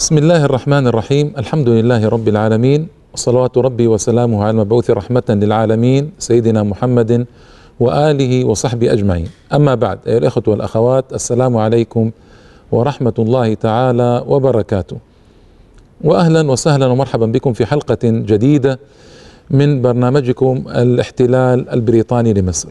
بسم الله الرحمن الرحيم. الحمد لله رب العالمين، وصلوات ربي وسلامه على المبعوث رحمة للعالمين سيدنا محمد وآله وصحبه أجمعين. أما بعد، أيها الأخوة والأخوات، السلام عليكم ورحمة الله تعالى وبركاته، وأهلا وسهلا ومرحبا بكم في حلقة جديدة من برنامجكم الاحتلال البريطاني لمصر.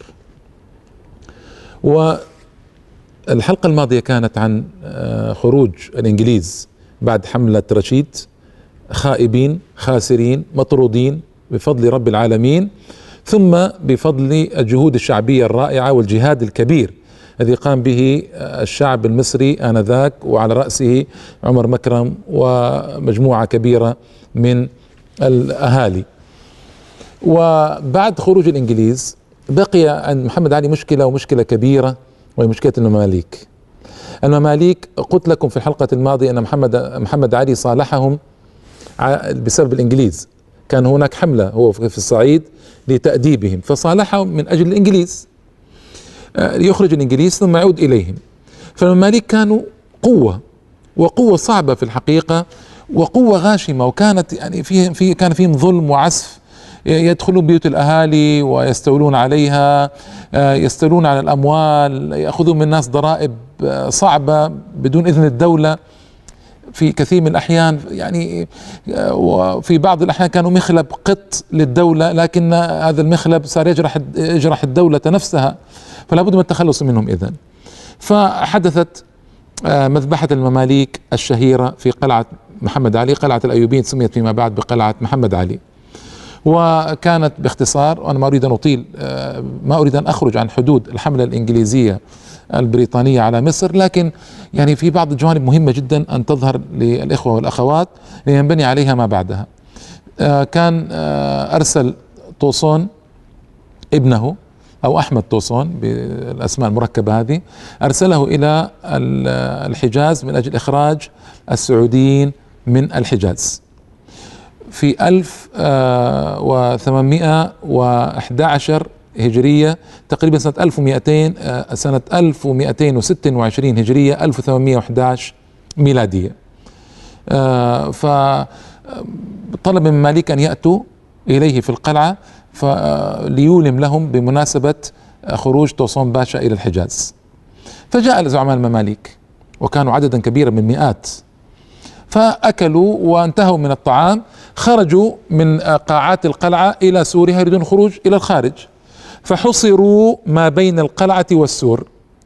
والحلقة الماضية كانت عن خروج الإنجليز بعد حملة رشيد، خائبين خاسرين مطرودين بفضل رب العالمين، ثم بفضل الجهود الشعبية الرائعة والجهاد الكبير الذي قام به الشعب المصري آنذاك، وعلى رأسه عمر مكرم ومجموعة كبيرة من الأهالي. وبعد خروج الإنجليز بقي عند محمد علي مشكلة، ومشكلة كبيرة، وهي مشكلة المماليك. المماليك قلت لكم في الحلقة الماضية أن محمد علي صالحهم بسبب الإنجليز، كان هناك حملة هو في الصعيد لتأديبهم، فصالحهم من أجل الإنجليز، يخرج الإنجليز ثم يعود إليهم. فالمماليك كانوا قوة، وقوة صعبة في الحقيقة، وقوة غاشمة، وكانت يعني كان فيهم ظلم وعسف. يدخلون بيوت الأهالي ويستولون عليها، يستولون على الأموال، يأخذون من الناس ضرائب صعبة بدون إذن الدولة في كثير من الأحيان، يعني وفي بعض الأحيان كانوا مخلب قط للدولة، لكن هذا المخلب صار يجرح الدولة نفسها، فلا بد من التخلص منهم إذن. فحدثت مذبحة المماليك الشهيرة في قلعة محمد علي، قلعة الأيوبيين سميت فيما بعد بقلعة محمد علي. وكانت باختصار، وأنا ما أريد أن أطيل، ما أريد أن أخرج عن حدود الحملة الإنجليزية البريطانية على مصر، لكن يعني في بعض الجوانب مهمة جدا أن تظهر للإخوة والأخوات لينبني عليها ما بعدها. كان أرسل طوسون ابنه، أو أحمد طوسون بالأسماء المركبة هذه، أرسله إلى الحجاز من أجل إخراج السعوديين من الحجاز في 1811 هجرية، تقريبا سنة 1200، سنة 1226 هجرية، 1811 ميلادية. فطلب من المماليك أن يأتوا إليه في القلعة ليولم لهم بمناسبة خروج طوسون باشا إلى الحجاز. فجاء زعماء المماليك، وكانوا عددا كبيرا من مئات، فأكلوا وانتهوا من الطعام، خرجوا من قاعات القلعة إلى سورها يريدون الخروج إلى الخارج، فحصروا ما بين القلعة والسور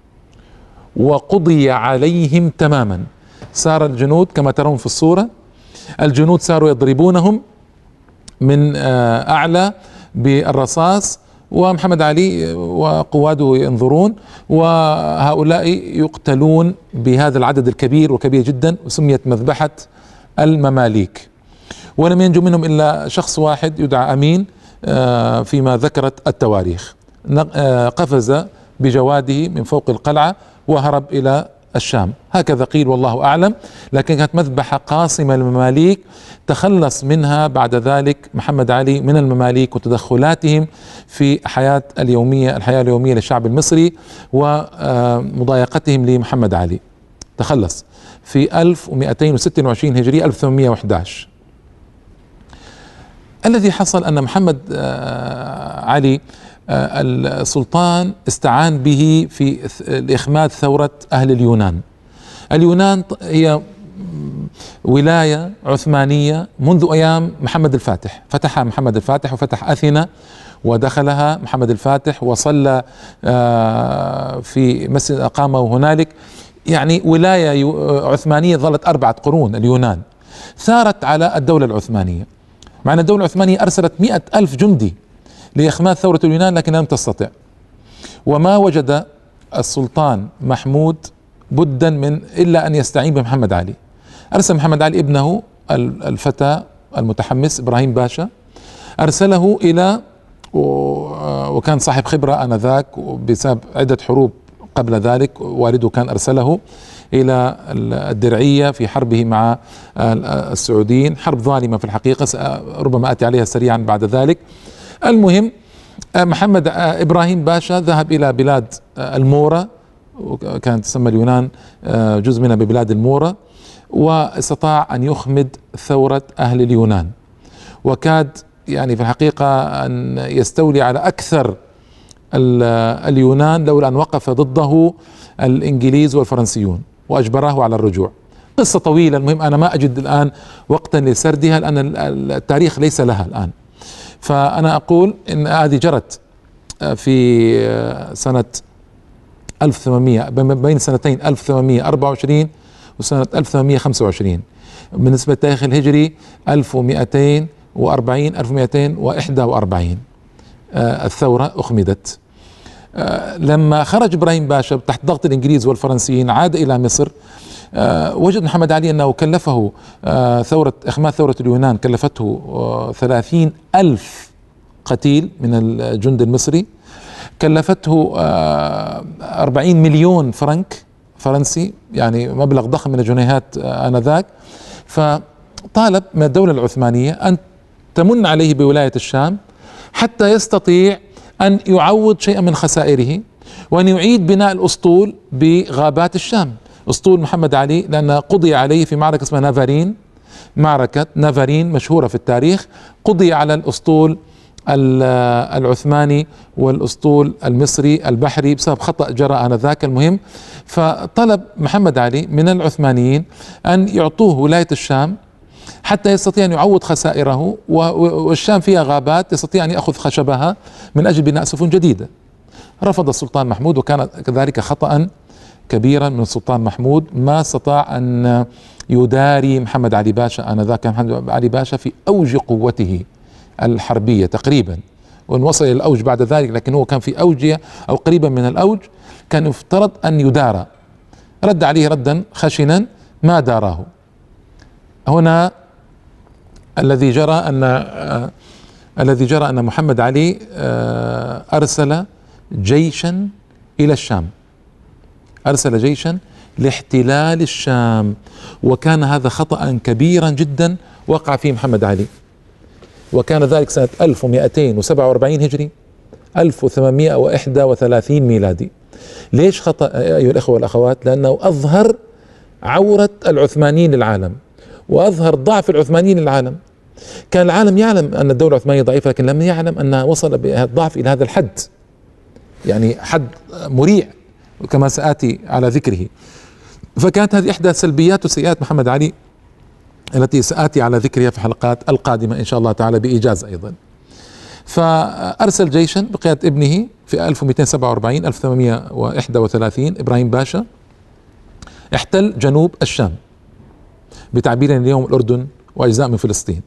وقضي عليهم تماما. صار الجنود كما ترون في الصورة، الجنود صاروا يضربونهم من أعلى بالرصاص، ومحمد علي وقواده ينظرون، وهؤلاء يقتلون بهذا العدد الكبير وكبير جدا، وسميت مذبحة المماليك. ولم ينجو منهم إلا شخص واحد يدعى أمين فيما ذكرت التواريخ، قفز بجواده من فوق القلعة وهرب إلى الشام، هكذا قيل والله أعلم. لكن كانت مذبحة قاصمة للمماليك، تخلص منها بعد ذلك محمد علي من المماليك وتدخلاتهم في الحياة اليومية للشعب المصري ومضايقتهم لمحمد علي. تخلص في 1226 هجرية، 1811. الذي حصل أن محمد علي السلطان استعان به في إخماد ثورة أهل اليونان. اليونان هي ولاية عثمانية منذ أيام محمد الفاتح، فتحها محمد الفاتح وفتح أثينا ودخلها محمد الفاتح وصلى في مسجد أقامه هنالك، يعني ولاية عثمانية ظلت 4 قرون. اليونان ثارت على الدولة العثمانية، مع أن الدولة العثمانية أرسلت 100,000 جندي لإخماد ثورة اليونان، لكن لم تستطع. وما وجد السلطان محمود بدا من إلا أن يستعين بمحمد علي. أرسل محمد علي ابنه الفتى المتحمس إبراهيم باشا، أرسله إلى، وكان صاحب خبرة آنذاك بسبب عدة حروب قبل ذلك، والده كان أرسله إلى الدرعية في حربه مع السعوديين، حرب ظالمة في الحقيقة، ربما أتي عليها سريعا بعد ذلك. المهم، محمد إبراهيم باشا ذهب إلى بلاد المورة، وكانت تسمى اليونان جزء منها ببلاد المورة، واستطاع أن يخمد ثورة أهل اليونان، وكاد يعني في الحقيقة أن يستولي على أكثر اليونان لولا أن وقف ضده الإنجليز والفرنسيون وأجبره على الرجوع. قصة طويلة، المهم أنا ما أجد الآن وقتا لسردها لأن التاريخ ليس لها الآن. فأنا أقول إن هذه جرت في سنة 1800 بين سنتين 1824 وسنة 1825. بالنسبة للتاريخ الهجري 1241 الثورة أخمدت. لما خرج إبراهيم باشا تحت ضغط الإنجليز والفرنسيين عاد إلى مصر، وجد محمد علي أنه كلفه إخماد ثورة اليونان كلفته 30,000 قتيل من الجند المصري، كلفته 40 مليون فرنك فرنسي، يعني مبلغ ضخم من الجنيهات آنذاك. فطالب من الدولة العثمانية أن تمن عليه بولاية الشام حتى يستطيع أن يعوض شيئا من خسائره، وأن يعيد بناء الأسطول بغابات الشام، أسطول محمد علي، لأن قضي عليه في معركة اسمها نافارين، معركة نافارين مشهورة في التاريخ، قضي على الأسطول العثماني والأسطول المصري البحري بسبب خطأ جرى آنذاك. المهم، فطلب محمد علي من العثمانيين أن يعطوه ولاية الشام حتى يستطيع أن يعوض خسائره، والشام فيها غابات يستطيع أن يأخذ خشبها من أجل بناء سفن جديدة. رفض السلطان محمود، وكان كذلك خطأ كبيرا من السلطان محمود، ما استطاع أن يداري محمد علي باشا آنذاك. كان محمد علي باشا في أوج قوته الحربية تقريبا، وإن وصل إلى الأوج بعد ذلك، لكن هو كان في أوجه أو قريبا من الأوج، كان يفترض أن يدارى. رد عليه ردا خشنا ما داراه. هنا الذي جرى أن محمد علي أرسل جيشا إلى الشام، أرسل جيشا لاحتلال الشام، وكان هذا خطأ كبيرا جدا وقع فيه محمد علي، وكان ذلك سنة 1247 هجري 1831 ميلادي. ليش خطأ أيها الأخوة والأخوات؟ لأنه أظهر عورة العثمانيين للعالم، وأظهر ضعف العثمانيين للعالم. كان العالم يعلم أن الدولة العثمانية ضعيفة، لكن لم يعلم أنها وصل بالضعف إلى هذا الحد، يعني حد مريع كما سآتي على ذكره. فكانت هذه إحدى سلبيات وسيئات محمد علي التي سآتي على ذكرها في الحلقات القادمة إن شاء الله تعالى بإيجاز أيضا. فأرسل جيشا بقيادة ابنه في 1247 1831 إبراهيم باشا، احتل جنوب الشام، بتعبير اليوم الأردن وأجزاء من فلسطين.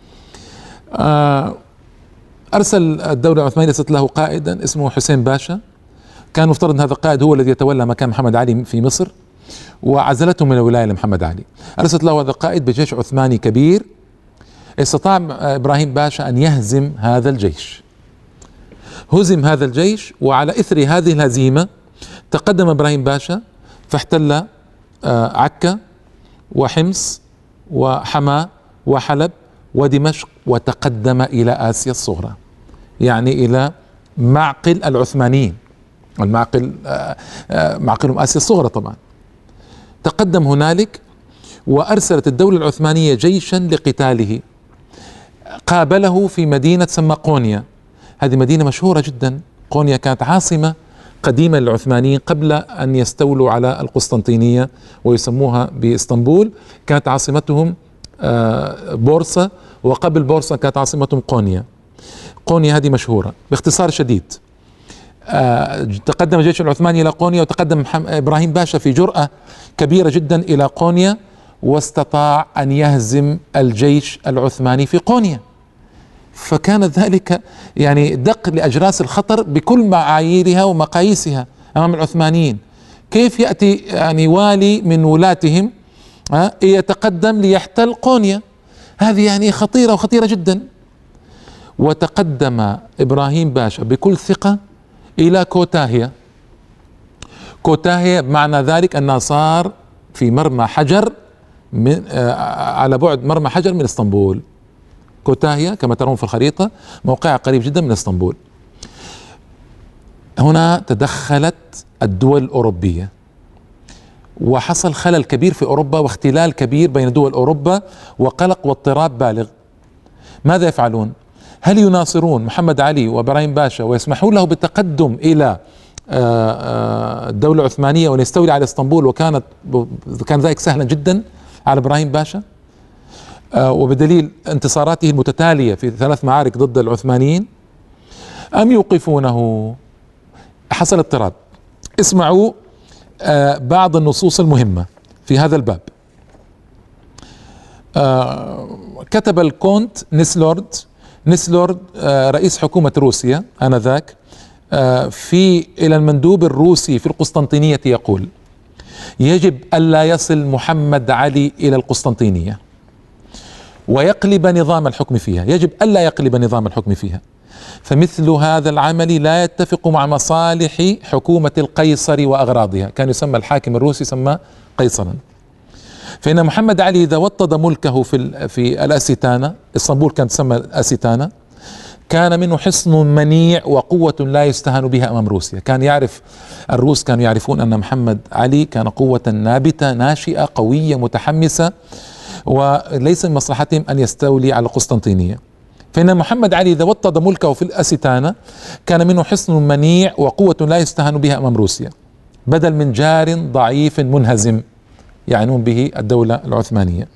أرسل الدولة العثمانية أرسلت له قائدا اسمه حسين باشا، كان مفترض أن هذا القائد هو الذي يتولى مكان محمد علي في مصر، وعزلته من الولاية لمحمد علي. أرسلت له هذا القائد بجيش عثماني كبير. استطاع إبراهيم باشا أن يهزم هذا الجيش، هزم هذا الجيش، وعلى إثر هذه الهزيمة تقدم إبراهيم باشا فاحتل عكا وحمص وحما وحلب ودمشق، وتقدم إلى آسيا الصغرى، يعني إلى معقل العثمانيين، والمعقل معقلهم آسيا الصغرى طبعا. تقدم هنالك، وأرسلت الدولة العثمانية جيشا لقتاله، قابله في مدينة تسمى قونيا. هذه مدينة مشهورة جدا. قونيا كانت عاصمة قديمة للعثمانيين قبل أن يستولوا على القسطنطينية ويسموها بإسطنبول. كانت عاصمتهم بورصة، وقبل بورصة كانت عاصمتهم قونيا. قونيا هذه مشهورة. باختصار شديد، تقدم الجيش العثماني إلى قونيا، وتقدم إبراهيم باشا في جرأة كبيرة جدا إلى قونيا، واستطاع أن يهزم الجيش العثماني في قونيا. فكان ذلك يعني دق لأجراس الخطر بكل معاييرها ومقاييسها أمام العثمانيين. كيف يأتي يعني والي من ولاتهم يتقدم ليحتل قونيا؟ هذه يعني خطيرة وخطيرة جدا. وتقدم إبراهيم باشا بكل ثقة إلى كوتاهية. كوتاهية بمعنى ذلك أنه صار في مرمى حجر من على بعد مرمى حجر من اسطنبول. كوتاهية كما ترون في الخريطة موقعها قريب جدا من اسطنبول. هنا تدخلت الدول الأوروبية وحصل خلل كبير في أوروبا واختلال كبير بين دول أوروبا وقلق واضطراب بالغ. ماذا يفعلون؟ هل يناصرون محمد علي وإبراهيم باشا ويسمحون له بالتقدم إلى الدولة العثمانية وأن يستولي على اسطنبول، كان ذلك سهلا جدا على إبراهيم باشا وبدليل انتصاراته المتتالية في 3 معارك ضد العثمانيين، أم يوقفونه؟ حصل اضطراب. اسمعوا بعض النصوص المهمة في هذا الباب. كتب الكونت نسلورد رئيس حكومة روسيا آنذاك إلى المندوب الروسي في القسطنطينية يقول: يجب ألا يصل محمد علي إلى القسطنطينية ويقلب نظام الحكم فيها، يجب ألا يقلب نظام الحكم فيها، فمثل هذا العمل لا يتفق مع مصالح حكومة القيصر وأغراضها. كان يسمى الحاكم الروسي يسمى قيصرا. فإن محمد علي إذا وطد ملكه في الأستانة، اسطنبول كانت تسمى الأستانة، كان منه حصن منيع وقوة لا يستهان بها أمام روسيا. الروس كانوا يعرفون أن محمد علي كان قوة نابتة ناشئة قوية متحمسة، وليس من مصلحتهم أن يستولي على القسطنطينية. فإن محمد علي إذا وطد ملكه في الأستانة كان منه حصن منيع وقوة لا يستهان بها أمام روسيا، بدل من جار ضعيف منهزم يعنون به الدولة العثمانية.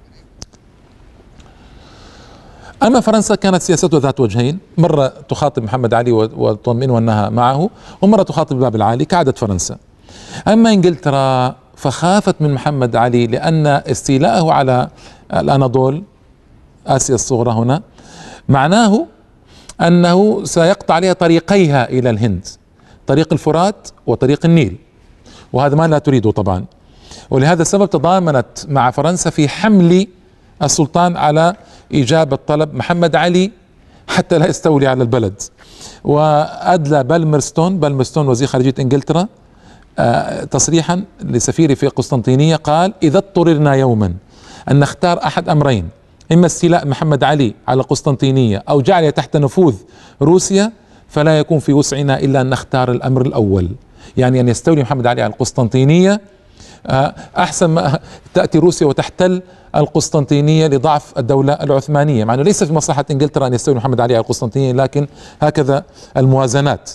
أما فرنسا كانت سياستها ذات وجهين، مرة تخاطب محمد علي وتطمئنه أنها معه، ومرة تخاطب الباب العالي كعادة فرنسا. أما إنجلترا فخافت من محمد علي لأن استيلاءه على الأناضول، آسيا الصغرى هنا، معناه أنه سيقطع عليها طريقيها إلى الهند، طريق الفرات وطريق النيل، وهذا ما لا تريده طبعا. ولهذا السبب تضامنت مع فرنسا في حمل السلطان على إجابة طلب محمد علي حتى لا يستولي على البلد. وأدلى بالمرستون وزير خارجية إنجلترا تصريحا لسفيره في قسطنطينية، قال: إذا اضطررنا يوما أن نختار أحد أمرين، إما استيلاء محمد علي على القسطنطينية أو جعله تحت نفوذ روسيا، فلا يكون في وسعنا إلا أن نختار الأمر الأول، يعني أن يستولي محمد علي على القسطنطينية أحسن ما تأتي روسيا وتحتل القسطنطينية لضعف الدولة العثمانية، مع أنه ليس في مصلحة إنجلترا أن يستولي محمد علي على القسطنطينية، لكن هكذا الموازنات.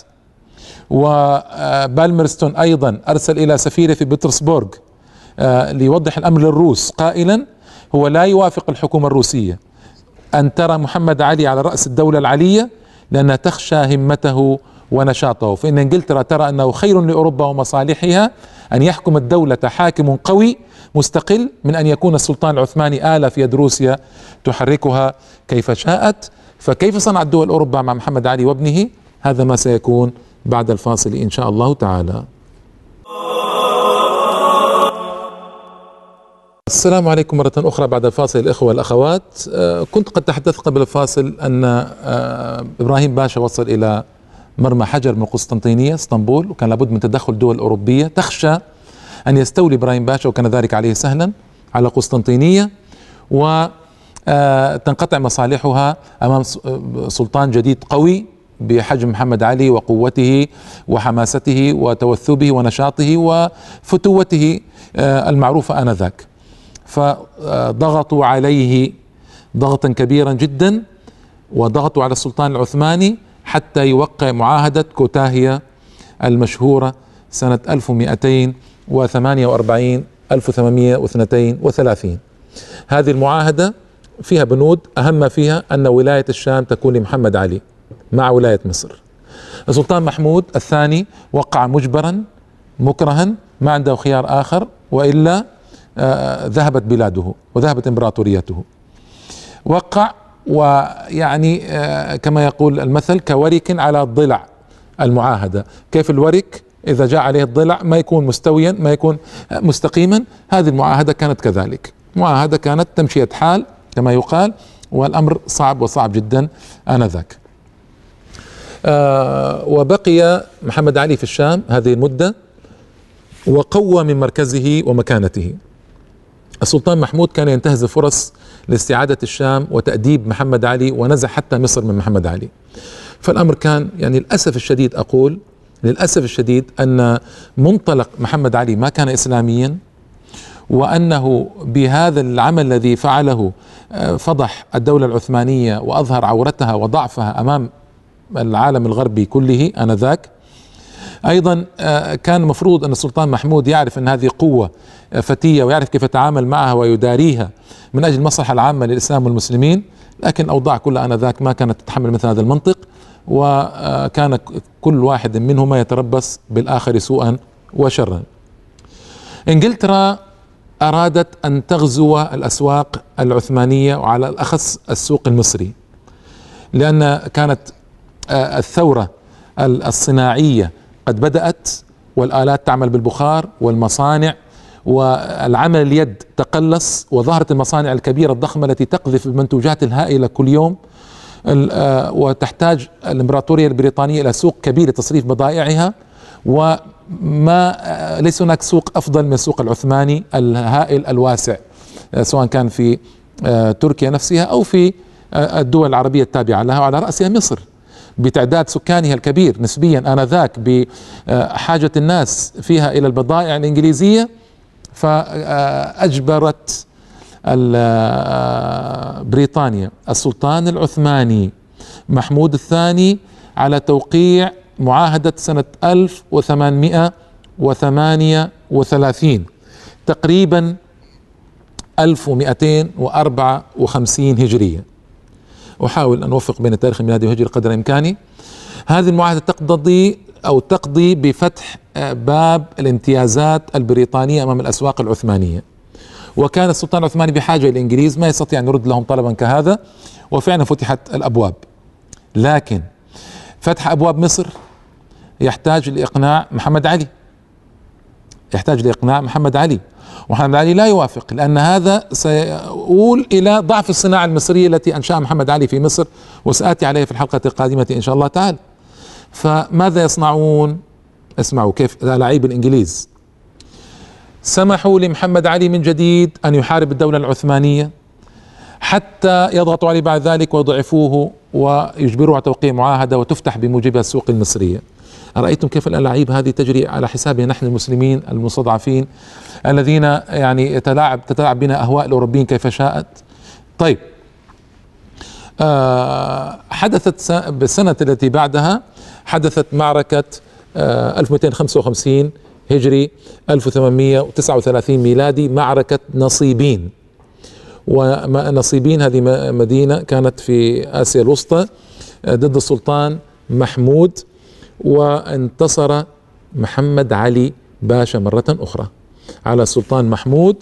وبالمرستون أيضا أرسل إلى سفيره في بطرسبورغ ليوضح الأمر للروس قائلا: هو لا يوافق الحكومة الروسية أن ترى محمد علي على رأس الدولة العلية لأنها تخشى همته ونشاطه، فإن إنجلترا ترى أنه خير لأوروبا ومصالحها أن يحكم الدولة حاكم قوي مستقل من أن يكون السلطان العثماني آلة في يد روسيا تحركها كيف شاءت. فكيف صنعت دول أوروبا مع محمد علي وابنه؟ هذا ما سيكون بعد الفاصل إن شاء الله تعالى. السلام عليكم مرة أخرى بعد الفاصل الإخوة والأخوات. كنت قد تحدثت قبل الفاصل أن إبراهيم باشا وصل إلى مرمى حجر من القسطنطينية اسطنبول، وكان لابد من تدخل دول أوروبية تخشى أن يستولي إبراهيم باشا، وكان ذلك عليه سهلا، على قسطنطينية وتنقطع مصالحها أمام سلطان جديد قوي بحجم محمد علي وقوته وحماسته وتوثبه ونشاطه وفتوته المعروفة آنذاك. فضغطوا عليه ضغطا كبيرا جدا، وضغطوا على السلطان العثماني حتى يوقع معاهدة كوتاهية المشهورة سنة 1248 1832. هذه المعاهدة فيها بنود، أهم ما فيها أن ولاية الشام تكون لمحمد علي مع ولاية مصر. السلطان محمود الثاني وقع مجبرا مكرها، ما عنده خيار آخر، وإلا ذهبت بلاده وذهبت إمبراطوريته. وقع، ويعني كما يقول المثل كورك على الضلع المعاهدة. كيف الورك إذا جاء عليه الضلع ما يكون مستويا، ما يكون مستقيما. هذه المعاهدة كانت كذلك، معاهدة كانت تمشية حال كما يقال، والأمر صعب وصعب جدا آنذاك. وبقي محمد علي في الشام هذه المدة، وقوى من مركزه ومكانته. السلطان محمود كان ينتهز فرص لاستعادة الشام وتأديب محمد علي، ونزع حتى مصر من محمد علي. فالأمر كان يعني للأسف الشديد أقول للأسف الشديد أن منطلق محمد علي ما كان إسلاميا، وأنه بهذا العمل الذي فعله فضح الدولة العثمانية وأظهر عورتها وضعفها أمام العالم الغربي كله آنذاك. أيضا كان المفروض أن السلطان محمود يعرف أن هذه قوة فتية ويعرف كيف يتعامل معها ويداريها من أجل المصلحة العامة للإسلام والمسلمين، لكن الأوضاع كلها آنذاك ما كانت تتحمل مثل هذا المنطق، وكان كل واحد منهما يتربص بالآخر سوءا وشرا. إنجلترا أرادت أن تغزو الأسواق العثمانية وعلى الأخص السوق المصري، لأن كانت الثورة الصناعية قد بدأت، والآلات تعمل بالبخار، والمصانع والعمل اليد تقلص، وظهرت المصانع الكبيرة الضخمة التي تقذف المنتوجات الهائلة كل يوم، وتحتاج الإمبراطورية البريطانية إلى سوق كبير لتصريف بضائعها، وما ليس هناك سوق أفضل من السوق العثماني الهائل الواسع، سواء كان في تركيا نفسها أو في الدول العربية التابعة لها، وعلى رأسها مصر بتعداد سكانها الكبير نسبيا آنذاك، بحاجة الناس فيها إلى البضائع الإنجليزية، فأجبرت بريطانيا السلطان العثماني محمود الثاني على توقيع معاهدة سنة 1838 تقريبا 1254 هجرية. أحاول أن أوفق بين التاريخ الميلادي والهجري قدر إمكاني. هذه المعاهدة تقضي بفتح باب الامتيازات البريطانية أمام الأسواق العثمانية، وكان السلطان العثماني بحاجة الإنجليز، ما يستطيع أن يرد لهم طلبا كهذا، وفعلا فتحت الأبواب. لكن فتح أبواب مصر يحتاج لإقناع محمد علي، محمد علي لا يوافق، لأن هذا سيؤول إلى ضعف الصناعة المصرية التي أنشأها محمد علي في مصر، وسآتي عليه في الحلقة القادمة إن شاء الله تعالى. فماذا يصنعون؟ اسمعوا كيف ألاعيب الإنجليز سمحوا لمحمد علي من جديد أن يحارب الدولة العثمانية، حتى يضغطوا عليه بعد ذلك ويضعفوه ويجبروه على توقيع معاهدة وتفتح بموجبها السوق المصرية. رأيتم كيف الألاعيب هذه تجري على حسابنا نحن المسلمين المستضعفين الذين يعني تتلاعب بنا أهواء الأوروبيين كيف شاءت. طيب، حدثت بالسنة التي بعدها حدثت معركة 1255 هجري 1839 ميلادي، معركة نصيبين. ونصيبين هذه مدينة كانت في آسيا الوسطى ضد السلطان محمود، وانتصر محمد علي باشا مرة أخرى على السلطان محمود،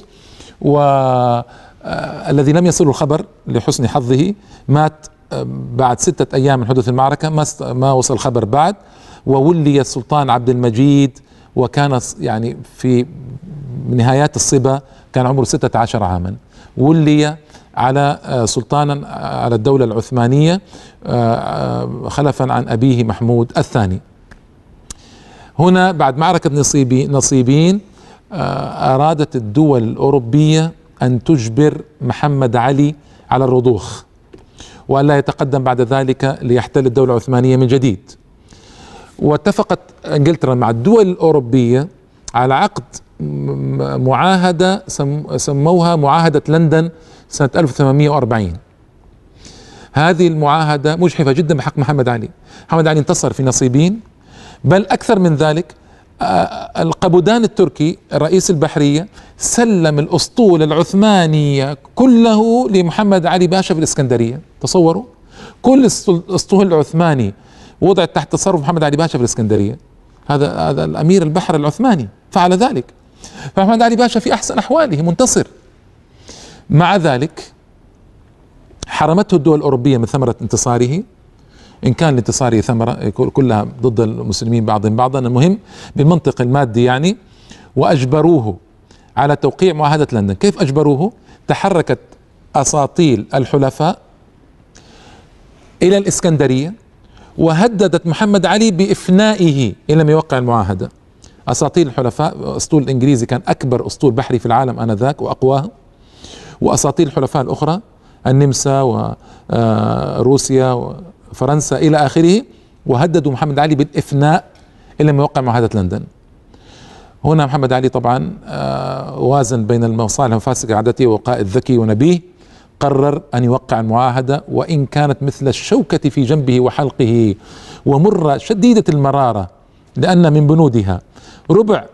والذي لم يصل الخبر لحسن حظه مات بعد 6 أيام من حدوث المعركة، ما وصل الخبر بعد، وولي السلطان عبد المجيد، وكان يعني في نهايات الصبا، كان عمره 16 عاما، ولي على سلطانا على الدولة العثمانية خلفا عن أبيه محمود الثاني. هنا بعد معركة نصيبين أرادت الدول الأوروبية أن تجبر محمد علي على الرضوخ، وألا يتقدم بعد ذلك ليحتل الدولة العثمانية من جديد. واتفقت انجلترا مع الدول الأوروبية على عقد معاهدة سموها معاهدة لندن سنة 1840. هذه المعاهدة مجحفة جدا بحق محمد علي. محمد علي انتصر في نصيبين، بل أكثر من ذلك، القبودان التركي رئيس البحرية سلم الأسطول العثماني كله لمحمد علي باشا في الإسكندرية. تصوروا، كل الأسطول العثماني وضعت تحت تصرف محمد علي باشا في الإسكندرية. هذا الأمير البحر العثماني فعل ذلك، فمحمد علي باشا في أحسن أحواله منتصر. مع ذلك حرمته الدول الأوروبية من ثمرة انتصاره، إن كان لانتصاره ثمرة كلها ضد المسلمين بعضهم بعضا، المهم بالمنطق المادي يعني. وأجبروه على توقيع معاهدة لندن. كيف أجبروه؟ تحركت أساطيل الحلفاء إلى الإسكندرية، وهددت محمد علي بإفنائه إن لم يوقع المعاهدة. أساطيل الحلفاء، الأسطول الإنجليزي كان أكبر أسطول بحري في العالم آنذاك وأقواه، وأساطيل الحلفاء الأخرى النمسا وروسيا وفرنسا إلى آخره، وهددوا محمد علي بالإفناء إلا لما يوقع معاهدة لندن. هنا محمد علي طبعا وازن بين المصالح والمفاسد كعادته، وقائد ذكي ونبيه، قرر أن يوقع المعاهدة وإن كانت مثل الشوكة في جنبه وحلقه ومرة شديدة المرارة، لأن من بنودها ربع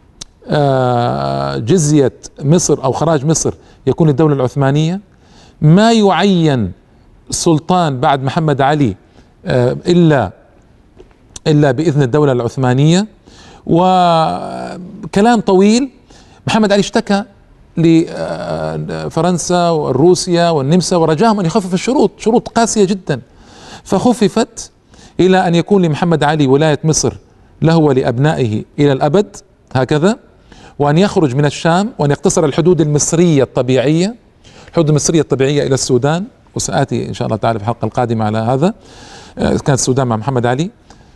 جزية مصر أو خراج مصر يكون للدولة العثمانية، ما يعين سلطان بعد محمد علي إلا بإذن الدولة العثمانية، وكلام طويل. محمد علي اشتكى لفرنسا وروسيا والنمسا ورجاهم أن يخفف الشروط، شروط قاسية جدا، فخففت إلى أن يكون لمحمد علي ولاية مصر له ولأبنائه إلى الأبد هكذا، وأن يخرج من الشام، وأن يقتصر الحدود المصرية الطبيعية، الحدود المصرية الطبيعية إلى السودان، وسآتي إن شاء الله تعالى في الحلقة القادمة على هذا. كانت السودان مع محمد علي،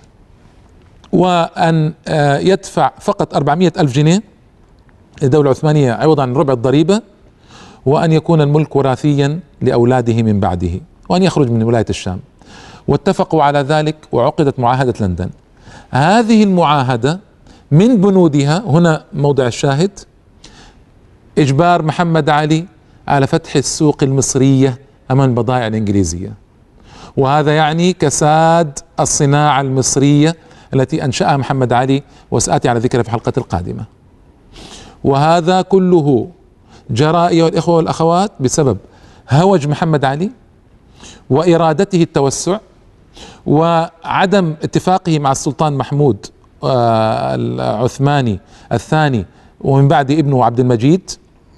وأن يدفع فقط 400 ألف جنيه للدولة العثمانية عوضا عن ربع الضريبة، وأن يكون الملك وراثيا لأولاده من بعده، وأن يخرج من ولاية الشام. واتفقوا على ذلك، وعقدت معاهدة لندن. هذه المعاهدة من بنودها، هنا موضع الشاهد، إجبار محمد علي على فتح السوق المصرية أمام البضائع الإنجليزية، وهذا يعني كساد الصناعة المصرية التي أنشأها محمد علي، وسآتي على ذكرها في الحلقة القادمة. وهذا كله جرى أيها الإخوة والأخوات بسبب هوج محمد علي وإرادته التوسع، وعدم اتفاقه مع السلطان محمود العثماني الثاني ومن بعد ابنه عبد المجيد،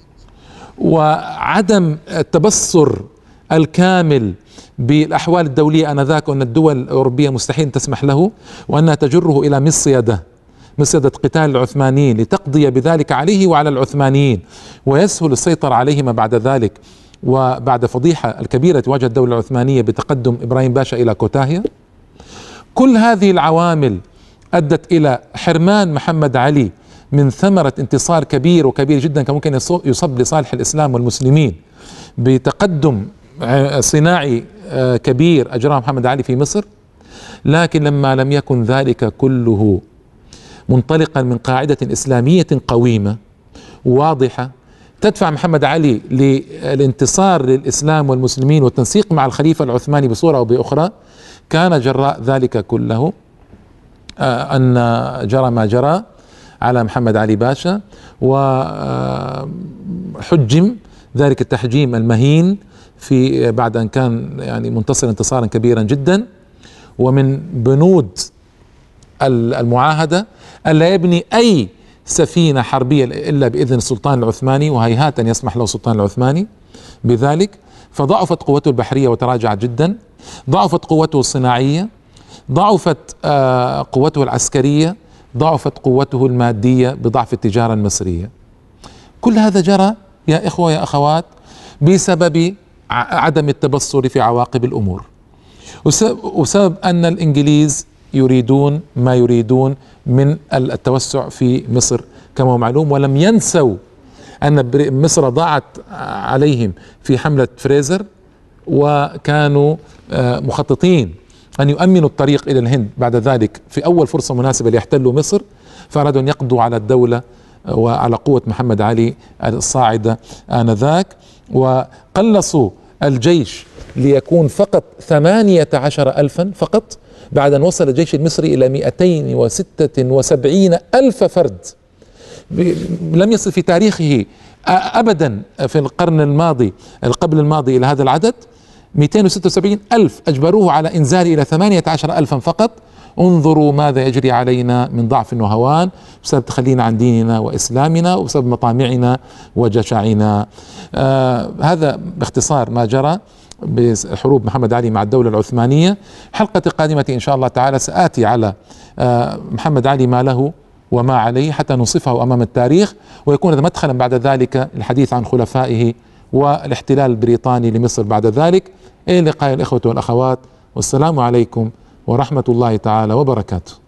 وعدم التبصر الكامل بالأحوال الدولية آنذاك، وأن الدول الأوروبية مستحيل تسمح له، وأنها تجره إلى مصيدة قتال العثمانيين لتقضي بذلك عليه وعلى العثمانيين، ويسهل السيطرة عليهما بعد ذلك، وبعد فضيحة الكبيرة واجهت الدولة العثمانية بتقدم إبراهيم باشا إلى كوتاهية. كل هذه العوامل أدت إلى حرمان محمد علي من ثمرة انتصار كبير وكبير جدا كان ممكن يصب لصالح الإسلام والمسلمين بتقدم صناعي كبير أجراه محمد علي في مصر. لكن لما لم يكن ذلك كله منطلقا من قاعدة إسلامية قويمة واضحة تدفع محمد علي للانتصار للإسلام والمسلمين والتنسيق مع الخليفة العثماني بصورة أو بأخرى، كان جراء ذلك كله أن جرى ما جرى على محمد علي باشا، وحجم ذلك التحجيم المهين في بعد أن كان يعني منتصر انتصارا كبيرا جدا. ومن بنود المعاهدة ألا يبني أي سفينة حربية إلا بإذن السلطان العثماني، وهيهات أن يسمح له السلطان العثماني بذلك. فضعفت قوته البحرية وتراجعت جدا، ضعفت قوته الصناعية، ضعفت قوته العسكرية، ضعفت قوته المادية بضعف التجارة المصرية. كل هذا جرى يا إخوة يا أخوات بسبب عدم التبصر في عواقب الأمور، وسبب أن الإنجليز يريدون ما يريدون من التوسع في مصر كما هو معلوم، ولم ينسوا أن مصر ضاعت عليهم في حملة فريزر، وكانوا مخططين أن يؤمنوا الطريق إلى الهند بعد ذلك في أول فرصة مناسبة ليحتلوا مصر، فأرادوا أن يقضوا على الدولة وعلى قوة محمد علي الصاعدة آنذاك، وقلصوا الجيش ليكون فقط 18 ألفا فقط، بعد أن وصل الجيش المصري إلى 276 ألف فرد. لم يصل في تاريخه أبدا في القرن الماضي قبل الماضي إلى هذا العدد. 276 ألف أجبروه على إنزال إلى 18 ألفا فقط. انظروا ماذا يجري علينا من ضعف وهوان بسبب تخلينا عن ديننا وإسلامنا وبسبب مطامعنا وجشعنا. هذا باختصار ما جرى بحروب محمد علي مع الدولة العثمانية. حلقة القادمة إن شاء الله تعالى سآتي على محمد علي ما له وما عليه حتى نصفه أمام التاريخ، ويكون هذا مدخلا بعد ذلك الحديث عن خلفائه والاحتلال البريطاني لمصر بعد ذلك. إلى اللقاء الإخوة والأخوات، والسلام عليكم ورحمة الله تعالى وبركاته.